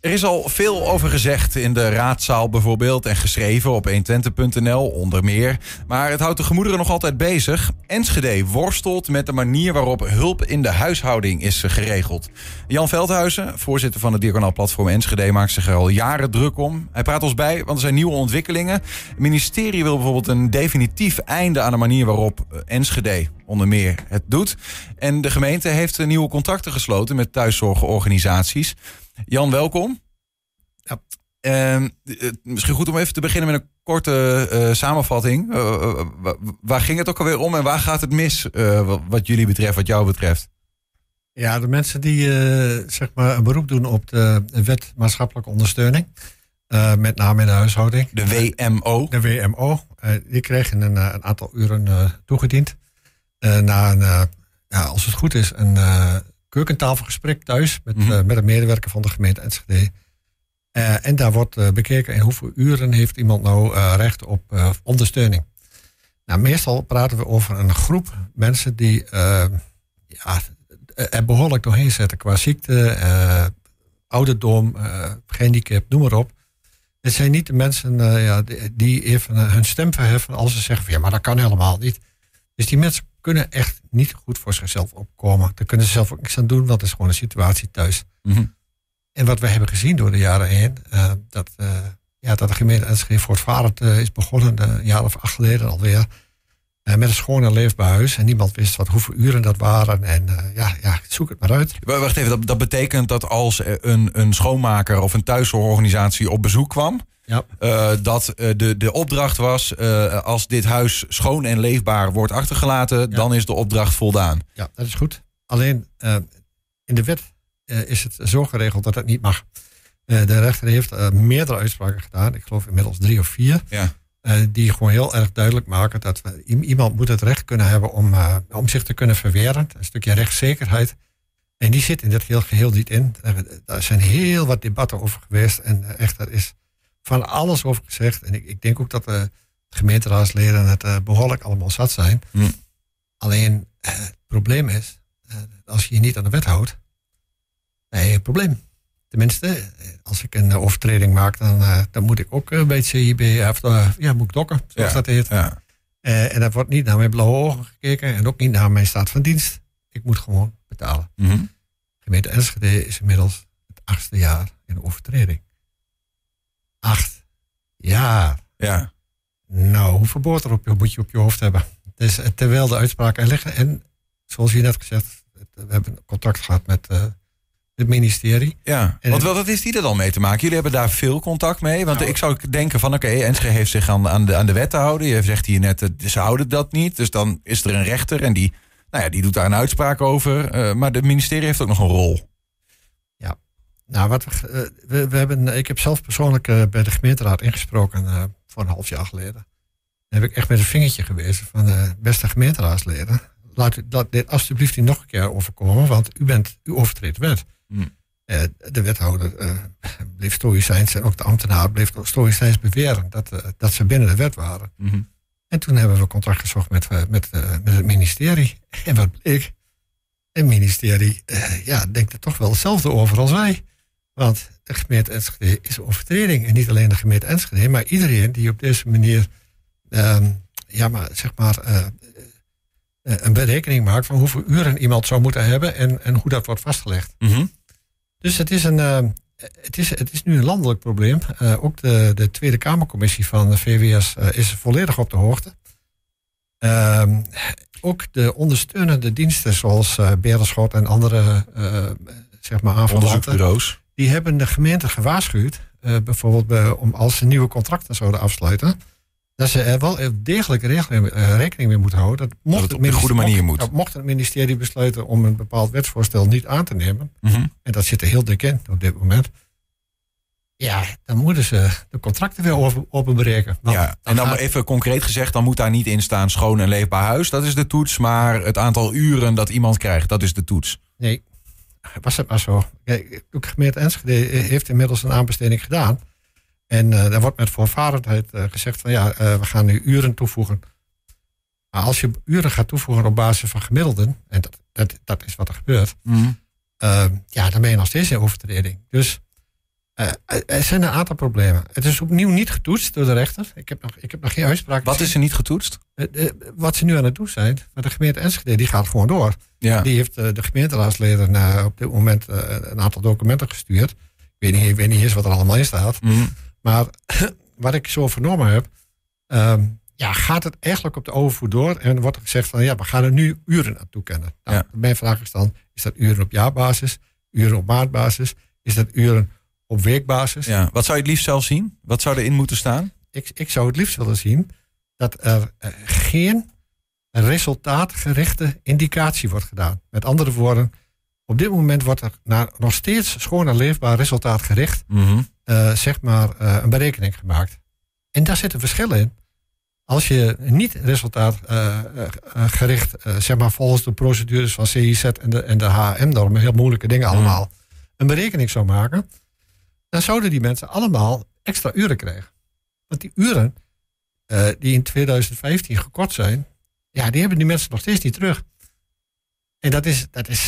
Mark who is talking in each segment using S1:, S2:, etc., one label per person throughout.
S1: Er is al veel over gezegd in de raadzaal bijvoorbeeld en geschreven op 120.nl onder meer. Maar het houdt de gemoederen nog altijd bezig. Enschede worstelt met de manier waarop hulp in de huishouding is geregeld. Jan Veldhuizen, voorzitter van het Diaconaal Platform Enschede, maakt zich er al jaren druk om. Hij praat ons bij, want er zijn nieuwe ontwikkelingen. Het ministerie wil bijvoorbeeld een definitief einde aan de manier waarop Enschede onder meer het doet. En de gemeente heeft nieuwe contracten gesloten met thuiszorgorganisaties. Jan, welkom. Ja. Misschien goed om even te beginnen met een korte samenvatting. Waar ging het ook alweer om en waar gaat het mis wat jullie betreft, wat jou betreft?
S2: Ja, de mensen die zeg maar een beroep doen op de wet maatschappelijke ondersteuning, met name in de huishouding.
S1: De WMO.
S2: De WMO. Die kregen een aantal uren toegediend. Na een, als het goed is, een keukentafelgesprek thuis met een medewerker van de gemeente Enschede. En daar wordt bekeken in hoeveel uren heeft iemand nou recht op ondersteuning. Nou, meestal praten we over een groep mensen die er behoorlijk doorheen zetten qua ziekte, ouderdom, gehandicap, noem maar op. Het zijn niet de mensen die even hun stem verheffen als ze zeggen van ja, maar dat kan helemaal niet. Dus die mensen kunnen echt niet goed voor zichzelf opkomen. Daar kunnen ze zelf ook niks aan doen, want het is gewoon een situatie thuis. Mm-hmm. En wat we hebben gezien door de jaren heen, dat de gemeente Enschede voortvarend is begonnen, een jaar of 8 geleden alweer, met een schoon en leefbaar huis. En niemand wist hoeveel uren dat waren. En zoek het maar uit.
S1: Wacht even, dat betekent dat als een schoonmaker of een thuiszorgorganisatie op bezoek kwam, dat de opdracht was, als dit huis schoon en leefbaar wordt achtergelaten, dan is de opdracht voldaan.
S2: Ja, dat is goed. Alleen in de wet is het zo geregeld dat het niet mag. De rechter heeft meerdere uitspraken gedaan. Ik geloof inmiddels 3 of 4. Ja. Die gewoon heel erg duidelijk maken dat iemand moet het recht kunnen hebben om zich te kunnen verweren. Een stukje rechtszekerheid. En die zit in dit geheel niet in. Daar zijn heel wat debatten over geweest. En echt, er is van alles over gezegd. En ik denk ook dat de gemeenteraadsleden het behoorlijk allemaal zat zijn. Alleen het probleem is, als je je niet aan de wet houdt, dan heb je een probleem. Tenminste, als ik een overtreding maak, dan moet ik ook bij het CIB, moet ik dokken, zoals dat heet. Ja. En daar wordt niet naar mijn blauwe ogen gekeken en ook niet naar mijn staat van dienst. Ik moet gewoon betalen. Mm-hmm. Gemeente Enschede is inmiddels het 8e jaar in de overtreding. 8 jaar. Ja. Nou, hoeveel boter moet je op je hoofd hebben? Dus, terwijl de uitspraken er liggen. En zoals je net gezegd, we hebben contact gehad met het ministerie. Ja,
S1: want wat is die er dan mee te maken? Jullie hebben daar veel contact mee. Want ik zou denken van Enschede heeft zich aan de wet te houden. Je zegt hier net, ze houden dat niet. Dus dan is er een rechter en die doet daar een uitspraak over. Maar het ministerie heeft ook nog een rol.
S2: Ja, nou we hebben. Ik heb zelf persoonlijk bij de gemeenteraad ingesproken voor een half jaar geleden. Dan heb ik echt met een vingertje gewezen van de beste gemeenteraadsleden. Laat dit alsjeblieft niet nog een keer overkomen, want u overtreedt de wet. De wethouder bleef stoïcijns en ook de ambtenaar bleef stoïcijns beweren dat ze binnen de wet waren. Mm-hmm. En toen hebben we contact gezocht met het ministerie. En wat bleek? Het ministerie denkt er toch wel hetzelfde over als wij. Want de gemeente Enschede is een overtreding. En niet alleen de gemeente Enschede, maar iedereen die op deze manier een berekening maakt van hoeveel uren iemand zou moeten hebben en hoe dat wordt vastgelegd. Mm-hmm. Dus het is nu een landelijk probleem. Ook de Tweede Kamercommissie van de VWS is volledig op de hoogte. Ook de ondersteunende diensten zoals Berenschot en andere aanverwanten,
S1: onderzoeksbureaus,
S2: die hebben de gemeente gewaarschuwd, bijvoorbeeld om als ze nieuwe contracten zouden afsluiten, dat ze er wel degelijk rekening mee moeten houden.
S1: Dat het op een goede manier moet.
S2: Mocht het ministerie besluiten om een bepaald wetsvoorstel niet aan te nemen, mm-hmm, en dat zit er heel dik in op dit moment, dan moeten ze de contracten weer openbreken.
S1: En dan even concreet gezegd, dan moet daar niet in staan schoon en leefbaar huis. Dat is de toets, maar het aantal uren dat iemand krijgt, dat is de toets.
S2: Nee, was het maar zo. Kijk, de gemeente Enschede heeft inmiddels een aanbesteding gedaan. En daar wordt met voorvarendheid gezegd van we gaan nu uren toevoegen. Maar als je uren gaat toevoegen op basis van gemiddelden, en dat is wat er gebeurt, mm-hmm, dan ben je nog steeds in overtreding. Dus Er zijn een aantal problemen. Het is opnieuw niet getoetst door de rechter. Ik heb nog geen uitspraak.
S1: Wat is er niet getoetst?
S2: Wat ze nu aan het doen zijn. Maar de gemeente Enschede die gaat gewoon door.
S1: Ja.
S2: Die heeft de gemeenteraadsleden op dit moment een aantal documenten gestuurd. Ik weet niet eens wat er allemaal in staat.
S1: Mm.
S2: Maar wat ik zo vernomen heb. Gaat het eigenlijk op de overvoer door. En wordt er gezegd van we gaan er nu uren aan toekennen. Nou, mijn vraag is dan. Is dat uren op jaarbasis? Uren op maandbasis? Is dat uren op weekbasis?
S1: Ja. Wat zou je het liefst zelf zien? Wat zou erin moeten staan?
S2: Ik zou het liefst willen zien dat er geen resultaatgerichte indicatie wordt gedaan. Met andere woorden, op dit moment wordt er nog steeds schoon en leefbaar resultaatgericht een berekening gemaakt. En daar zit een verschil in. Als je niet resultaatgericht, volgens de procedures van CIZ en de HM-normen, heel moeilijke dingen allemaal, een berekening zou maken, dan zouden die mensen allemaal extra uren krijgen. Want die uren die in 2015 gekort zijn, die hebben die mensen nog steeds niet terug. En dat is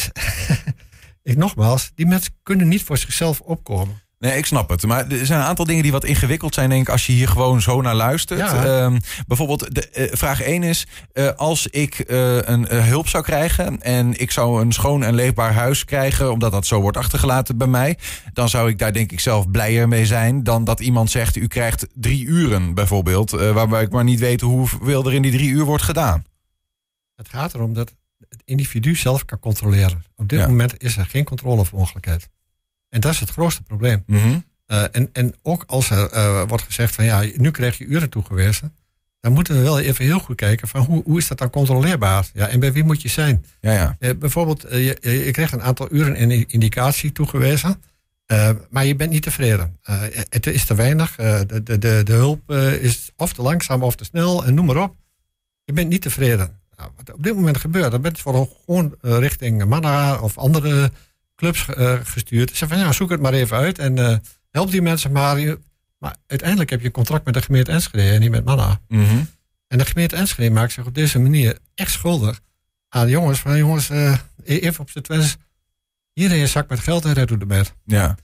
S2: nogmaals, die mensen kunnen niet voor zichzelf opkomen.
S1: Nee, ik snap het. Maar er zijn een aantal dingen die wat ingewikkeld zijn, denk ik, als je hier gewoon zo naar luistert. Ja. Bijvoorbeeld, vraag 1 is, als ik een hulp zou krijgen en ik zou een schoon en leefbaar huis krijgen, omdat dat zo wordt achtergelaten bij mij, dan zou ik daar denk ik zelf blijer mee zijn dan dat iemand zegt, u krijgt 3 uren bijvoorbeeld, waarbij ik maar niet weet hoeveel er in die 3 uur wordt gedaan. Het
S2: gaat erom dat het individu zelf kan controleren. Op dit moment is er geen controlemogelijkheid. En dat is het grootste probleem.
S1: Mm-hmm.
S2: En ook als er wordt gezegd van nu krijg je uren toegewezen, dan moeten we wel even heel goed kijken van hoe is dat dan controleerbaar? Ja, en bij wie moet je zijn?
S1: Ja.
S2: Bijvoorbeeld, je krijgt een aantal uren en indicatie toegewezen, maar je bent niet tevreden. Het is te weinig, de hulp is of te langzaam of te snel en noem maar op. Je bent niet tevreden. Nou, wat op dit moment gebeurt, dan bent je gewoon richting Manna of andere clubs gestuurd. Ze zeggen van zoek het maar even uit en help die mensen maar. Maar uiteindelijk heb je een contract met de gemeente Enschede en niet met Manna.
S1: Mm-hmm.
S2: En de gemeente Enschede maakt zich op deze manier echt schuldig aan jongens. Van jongens, even op z'n twens. Hier je zak met geld en red doet de bed.
S1: Ja.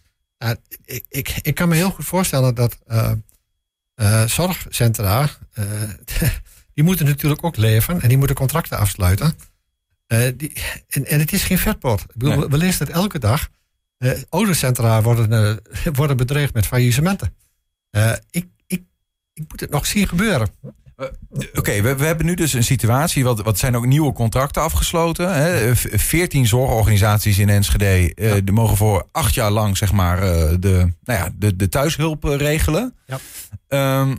S2: Ik kan me heel goed voorstellen dat zorgcentra, die moeten natuurlijk ook leven en die moeten contracten afsluiten. En het is geen vetpot. Ik bedoel, we lezen het elke dag. Oudercentra worden bedreigd met faillissementen. Ik moet het nog zien gebeuren.
S1: Oké, we hebben nu dus een situatie, wat zijn ook nieuwe contracten afgesloten. Hè? 14 zorgorganisaties in Enschede die mogen voor 8 jaar lang zeg maar de thuishulp regelen.
S2: Ja.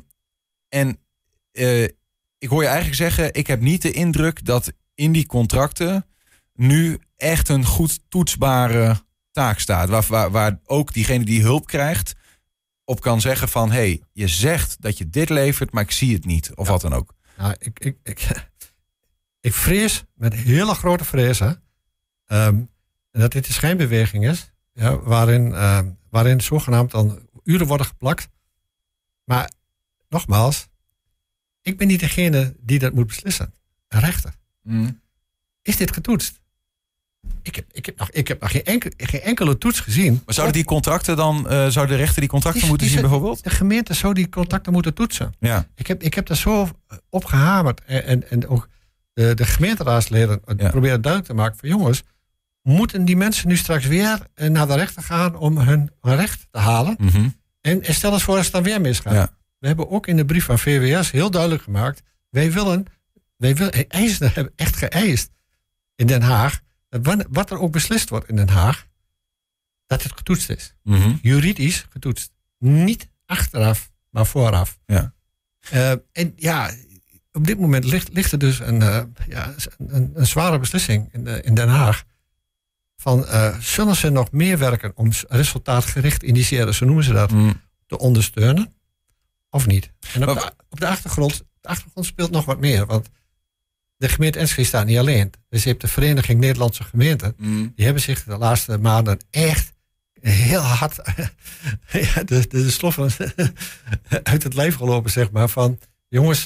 S1: Ik hoor je eigenlijk zeggen, ik heb niet de indruk dat in die contracten nu echt een goed toetsbare taak staat. Waar ook diegene die hulp krijgt op kan zeggen van je zegt dat je dit levert, maar ik zie het niet. Of wat dan ook.
S2: Nou, ik vrees met hele grote vrezen dat dit een schijnbeweging is. Ja, waarin zogenaamd dan uren worden geplakt. Maar nogmaals, ik ben niet degene die dat moet beslissen. Een rechter.
S1: Mm.
S2: Is dit getoetst? Ik heb nog geen enkele toets gezien. Maar
S1: zouden die contracten dan, zou de rechter die contracten moeten zien bijvoorbeeld?
S2: De gemeente zou die contracten moeten toetsen.
S1: Ja.
S2: Ik heb daar zo op gehamerd. En ook de gemeenteraadsleden proberen duidelijk te maken van jongens, moeten die mensen nu straks weer naar de rechter gaan om hun recht te halen?
S1: Mm-hmm.
S2: En stel eens voor als het dan weer misgaat.
S1: Ja.
S2: We hebben ook in de brief van VWS heel duidelijk gemaakt, wij willen eisen hebben echt geëist in Den Haag, wat er ook beslist wordt in Den Haag, dat het getoetst is.
S1: Mm-hmm.
S2: Juridisch getoetst. Niet achteraf, maar vooraf.
S1: Ja.
S2: Op dit moment ligt er dus een zware beslissing in Den Haag. Van zullen ze nog meer werken om resultaatgericht initiëren, zo noemen ze dat, te ondersteunen? Of niet? En op de achtergrond speelt nog wat meer. Want de gemeente Enschede staat niet alleen. Dus je hebt de Vereniging Nederlandse Gemeenten. Die hebben zich de laatste maanden echt heel hard de sloffen uit het lijf gelopen, zeg maar. Van jongens,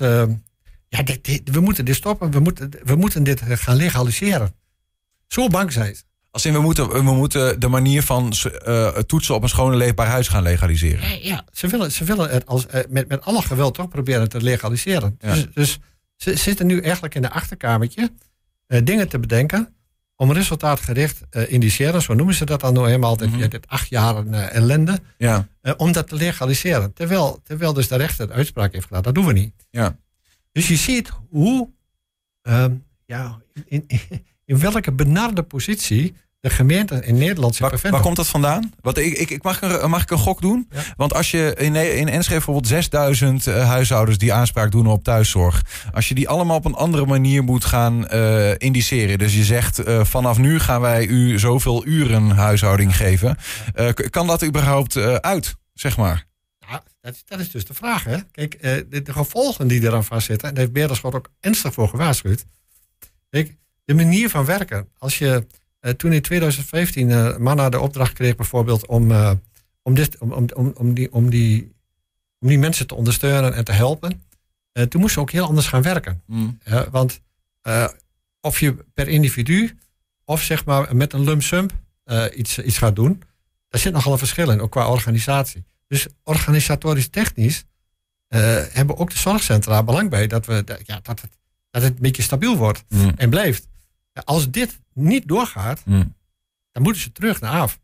S2: we moeten dit stoppen. We moeten dit gaan legaliseren. Zo bang zijn ze.
S1: Als in we moeten de manier van toetsen op een schoon en leefbaar huis gaan legaliseren.
S2: Ja, ze willen het met alle geweld toch proberen te legaliseren. Ja. Dus ze zitten nu eigenlijk in een achterkamertje dingen te bedenken om resultaatgericht indiceren, zo noemen ze dat dan nou helemaal, dit 8 jaar ellende, om dat te legaliseren. Terwijl dus de rechter de uitspraak heeft gedaan. Dat doen we niet. Ja. Dus je ziet hoe, in welke benarde positie de gemeente in Nederland zich bevindt.
S1: Waar komt dat vandaan? Want mag ik een gok doen? Ja. Want als je in Enschede bijvoorbeeld 6000 huishoudens die aanspraak doen op thuiszorg. Als je die allemaal op een andere manier moet gaan indiceren. Dus je zegt vanaf nu gaan wij u zoveel uren huishouding geven. Kan dat überhaupt uit, zeg maar?
S2: Ja, dat is dus de vraag. Hè? Kijk, de gevolgen die eraan vastzitten. En daar heeft Beerderschot ook ernstig voor gewaarschuwd. Kijk, de manier van werken. Als je toen in 2015 Manna de opdracht kreeg bijvoorbeeld om die mensen te ondersteunen en te helpen. Toen moest ze ook heel anders gaan werken. Want of je per individu of zeg maar met een lump sum iets gaat doen. Daar zit nogal een verschil in, ook qua organisatie. Dus organisatorisch technisch hebben ook de zorgcentra belang bij dat het een beetje stabiel wordt en blijft. Als dit niet doorgaat, dan moeten ze terug naar af.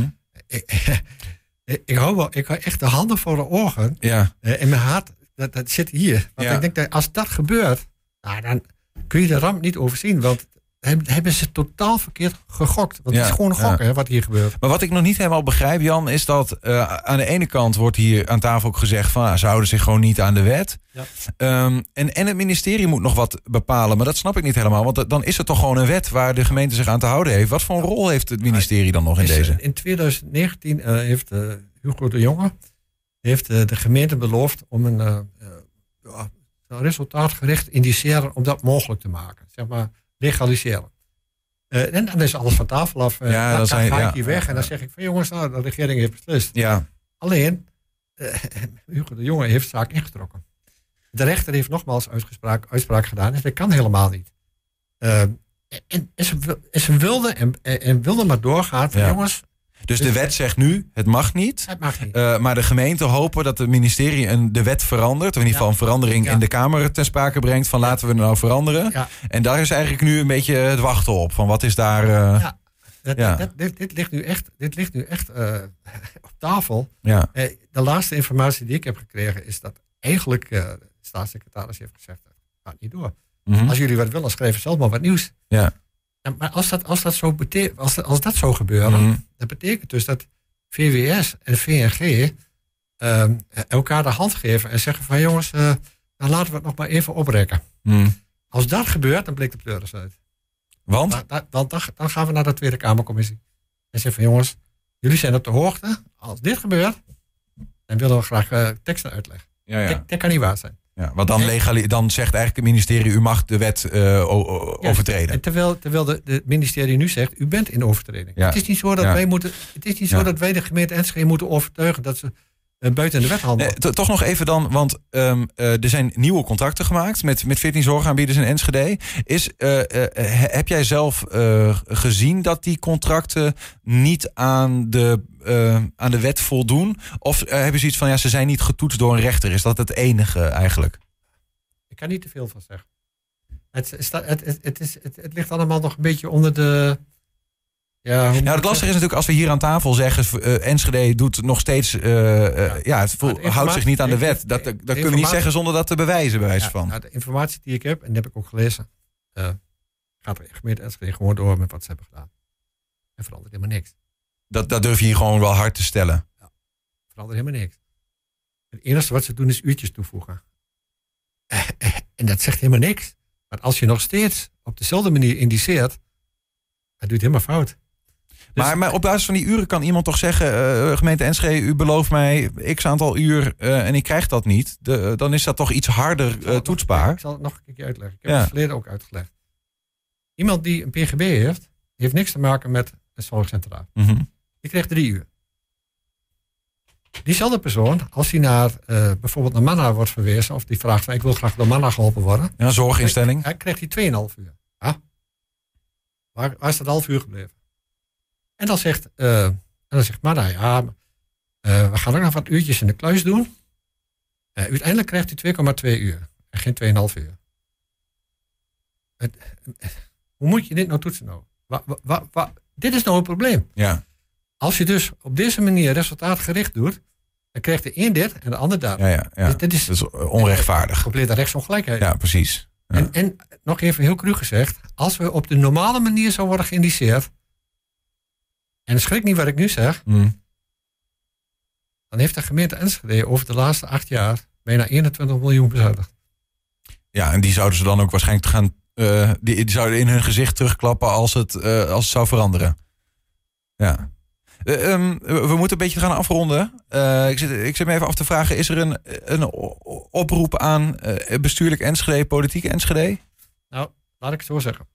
S2: Ik hou echt de handen voor de ogen. Ja. En mijn hart, dat zit hier. Want ik denk dat als dat gebeurt, dan kun je de ramp niet overzien. Want hebben ze totaal verkeerd gegokt. Want het is gewoon een gok wat hier gebeurt.
S1: Maar wat ik nog niet helemaal begrijp, Jan, is dat aan de ene kant wordt hier aan tafel ook gezegd van ze houden zich gewoon niet aan de wet. Ja. En het ministerie moet nog wat bepalen. Maar dat snap ik niet helemaal. Want dan is het toch gewoon een wet waar de gemeente zich aan te houden heeft. Wat voor een rol heeft het ministerie dan nog in deze?
S2: In 2019 heeft Hugo de Jonge de gemeente beloofd om een resultaatgericht indiceren om dat mogelijk te maken. Zeg maar legaliseren. En dan is alles van tafel af. Dan ga ik hier weg en dan zeg ik van jongens, de regering heeft beslist. Ja. Alleen, Hugo de Jonge heeft de zaak ingetrokken. De rechter heeft nogmaals uitspraak gedaan en dat kan helemaal niet. En ze wilde maar doorgaan van jongens.
S1: Dus de wet zegt nu, het mag niet.
S2: Het mag niet.
S1: Maar de gemeenten hopen dat het ministerie de wet verandert. Of in ieder geval een verandering in de Kamer ten sprake brengt. Van laten we het nou veranderen. Ja. En daar is eigenlijk nu een beetje het wachten op. Van wat is daar...
S2: Dit ligt nu echt op tafel. Ja. De laatste informatie die ik heb gekregen is dat eigenlijk de staatssecretaris heeft gezegd, gaat niet door. Als jullie wat willen, schrijven zelf maar wat nieuws. Ja. Maar als dat zo gebeurt, dat betekent dus dat VWS en VNG elkaar de hand geven en zeggen van jongens, dan laten we het nog maar even oprekken. Als dat gebeurt, dan breekt de pleuris uit.
S1: Want?
S2: Dan gaan we naar de Tweede Kamercommissie. En zeggen van jongens, jullie zijn op de hoogte. Als dit gebeurt, dan willen we graag teksten uitleggen. Ja. Dat kan niet waar zijn.
S1: Ja, want dan zegt eigenlijk het ministerie, u mag de wet overtreden.
S2: Terwijl het ministerie nu zegt, u bent in overtreding. Ja. Het is niet zo dat dat wij de gemeente Enschede moeten overtuigen dat ze buiten de wet handelen.
S1: Toch nog even dan, want er zijn nieuwe contracten gemaakt met 14 zorgaanbieders in Enschede. Heb jij zelf gezien dat die contracten niet aan de wet voldoen? Of hebben ze iets van, ze zijn niet getoetst door een rechter? Is dat het enige eigenlijk?
S2: Ik kan niet te veel van zeggen. Het ligt allemaal nog een beetje onder de...
S1: het lastige is natuurlijk als we hier aan tafel zeggen, Enschede doet nog steeds, houdt zich niet aan de wet. Dat kunnen we niet zeggen zonder dat te bewijzen, bij wijze van.
S2: De informatie die ik heb, en die heb ik ook gelezen, gaat de gemeente Enschede gewoon door met wat ze hebben gedaan. En verandert helemaal niks.
S1: Dat durf je hier gewoon wel hard te stellen.
S2: Ja, verandert helemaal niks. Het enige wat ze doen is uurtjes toevoegen. En dat zegt helemaal niks. Maar als je nog steeds op dezelfde manier indiceert, dat doet helemaal fout.
S1: Dus, maar op basis van die uren kan iemand toch zeggen, gemeente Enschede, u belooft mij x aantal uur en ik krijg dat niet. Dan is dat toch iets harder toetsbaar.
S2: Ik zal het nog een keer uitleggen. Ik heb het verleden ook uitgelegd. Iemand die een PGB heeft niks te maken met een zorgcentra. Die krijgt 3 uur. Diezelfde persoon, als hij naar bijvoorbeeld naar Manna wordt verwezen, of die vraagt van ik wil graag door Manna geholpen worden.
S1: Ja, zorginstelling.
S2: Hij krijgt hij 2,5 uur. Ja. Waar is dat half uur gebleven? En dan zegt Marda, ja, we gaan ook nog wat uurtjes in de kluis doen. Uiteindelijk krijgt u 2,2 uur en geen 2,5 uur. Hoe moet je dit nou toetsen nou? Dit is nou een probleem.
S1: Ja.
S2: Als je dus op deze manier resultaatgericht doet, dan krijgt de een dit en de ander dat.
S1: Ja.
S2: Dit is
S1: dat is onrechtvaardig.
S2: Complete rechtsongelijkheid.
S1: Ja, precies. Ja.
S2: En nog even heel cru gezegd, als we op de normale manier zo worden geïndiceerd, en schrik niet wat ik nu zeg, dan heeft de gemeente Enschede over de laatste 8 jaar bijna 21 miljoen bezuinigd. Ja,
S1: en die zouden ze dan ook waarschijnlijk gaan, die zouden in hun gezicht terugklappen als het zou veranderen. Ja. We moeten een beetje gaan afronden. Ik zit me even af te vragen, is er een oproep aan bestuurlijk Enschede, politiek Enschede?
S2: Nou, laat ik het zo zeggen.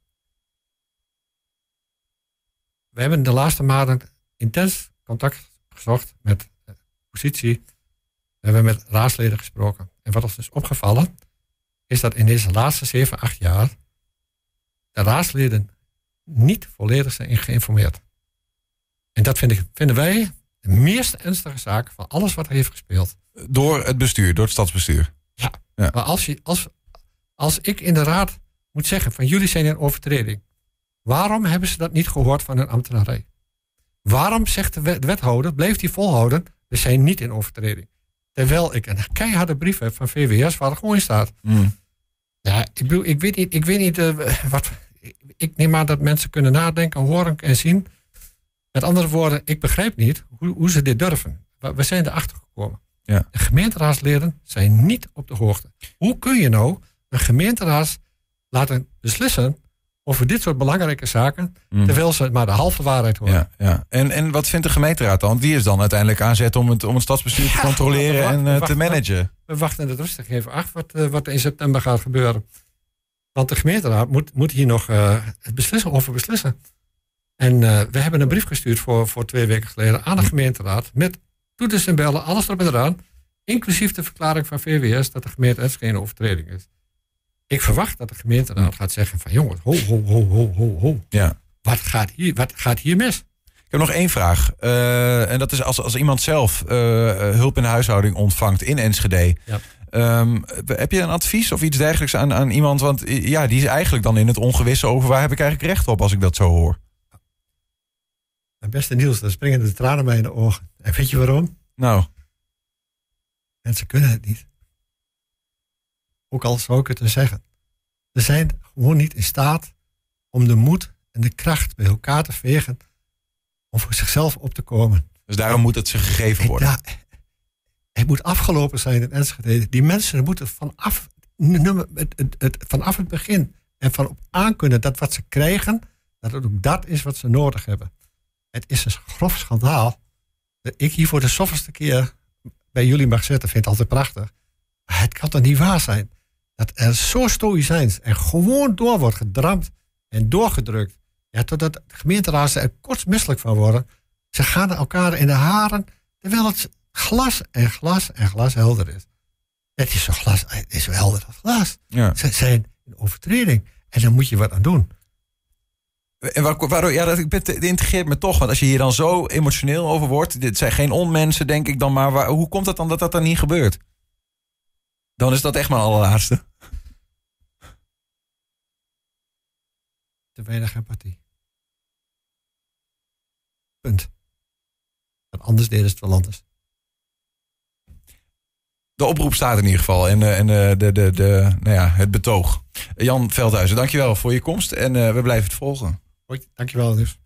S2: We hebben de laatste maanden intens contact gezocht met de oppositie. We hebben met raadsleden gesproken. En wat ons is opgevallen, is dat in deze laatste 7, 8 jaar de raadsleden niet volledig zijn geïnformeerd. En dat vinden wij de meest ernstige zaak van alles wat er heeft gespeeld.
S1: Door het bestuur, door het stadsbestuur?
S2: Ja. Maar als ik in de raad moet zeggen van jullie zijn in overtreding, waarom hebben ze dat niet gehoord van hun ambtenarij? Waarom zegt de wethouder, blijft hij volhouden, we zijn niet in overtreding? Terwijl ik een keiharde brief heb van VWS waar er gewoon in staat. Ja, ik weet niet wat. Ik neem aan dat mensen kunnen nadenken, horen en zien. Met andere woorden, ik begrijp niet hoe ze dit durven. We zijn erachter gekomen.
S1: Ja.
S2: De gemeenteraadsleden zijn niet op de hoogte. Hoe kun je nou een gemeenteraad laten beslissen over dit soort belangrijke zaken, terwijl ze maar de halve waarheid horen?
S1: Ja. En wat vindt de gemeenteraad dan? Die is dan uiteindelijk aan zet om het stadsbestuur te controleren en te managen.
S2: We wachten het rustig even af wat er in september gaat gebeuren. Want de gemeenteraad moet hier nog over beslissen. En we hebben een brief gestuurd voor 2 weken geleden aan de gemeenteraad met toeters en bellen, alles erop en eraan, inclusief de verklaring van VWS dat de gemeente geen overtreding is. Ik verwacht dat de gemeenteraad gaat zeggen van jongens, ho.
S1: Ja.
S2: Wat gaat hier mis?
S1: Ik heb nog 1 vraag. En dat is als iemand zelf hulp in de huishouding ontvangt in Enschede.
S2: Ja.
S1: Heb je een advies of iets dergelijks aan iemand? Want ja, die is eigenlijk dan in het ongewisse over waar heb ik eigenlijk recht op als ik dat zo hoor.
S2: Mijn beste Niels, daar springen de tranen bij in de ogen. En weet je waarom?
S1: Nou.
S2: Mensen kunnen het niet. Ook al zou ik het zeggen. Ze zijn gewoon niet in staat om de moed en de kracht bij elkaar te vegen om voor zichzelf op te komen.
S1: Dus daarom moet het ze gegeven worden.
S2: Ja, het moet afgelopen zijn in Enschede. Die mensen moeten vanaf het begin en van op aankunnen dat wat ze krijgen, dat het ook dat is wat ze nodig hebben. Het is een grof schandaal dat ik hier voor de zoveelste keer bij jullie mag zitten. Vind het altijd prachtig. Maar het kan toch niet waar zijn dat er zo stoïcijns en gewoon door wordt gedramd en doorgedrukt. Ja, totdat de gemeenteraden er kortsmisselijk van worden. Ze gaan elkaar in de haren terwijl het glas helder is. Het is zo helder als glas.
S1: Ja.
S2: Ze zijn in overtreding en daar moet je wat aan doen.
S1: En waardoor, ja, dat integreert me toch. Want als je hier dan zo emotioneel over wordt, dit zijn geen onmensen, denk ik dan maar. Hoe komt het dan dat dat dan niet gebeurt? Dan is dat echt mijn allerlaatste.
S2: Te weinig empathie. Punt. Want anders deden ze het wel anders.
S1: De oproep staat in ieder geval. En het betoog. Jan Veldhuizen, dankjewel voor je komst. En we blijven het volgen.
S2: Hoi, dankjewel dus.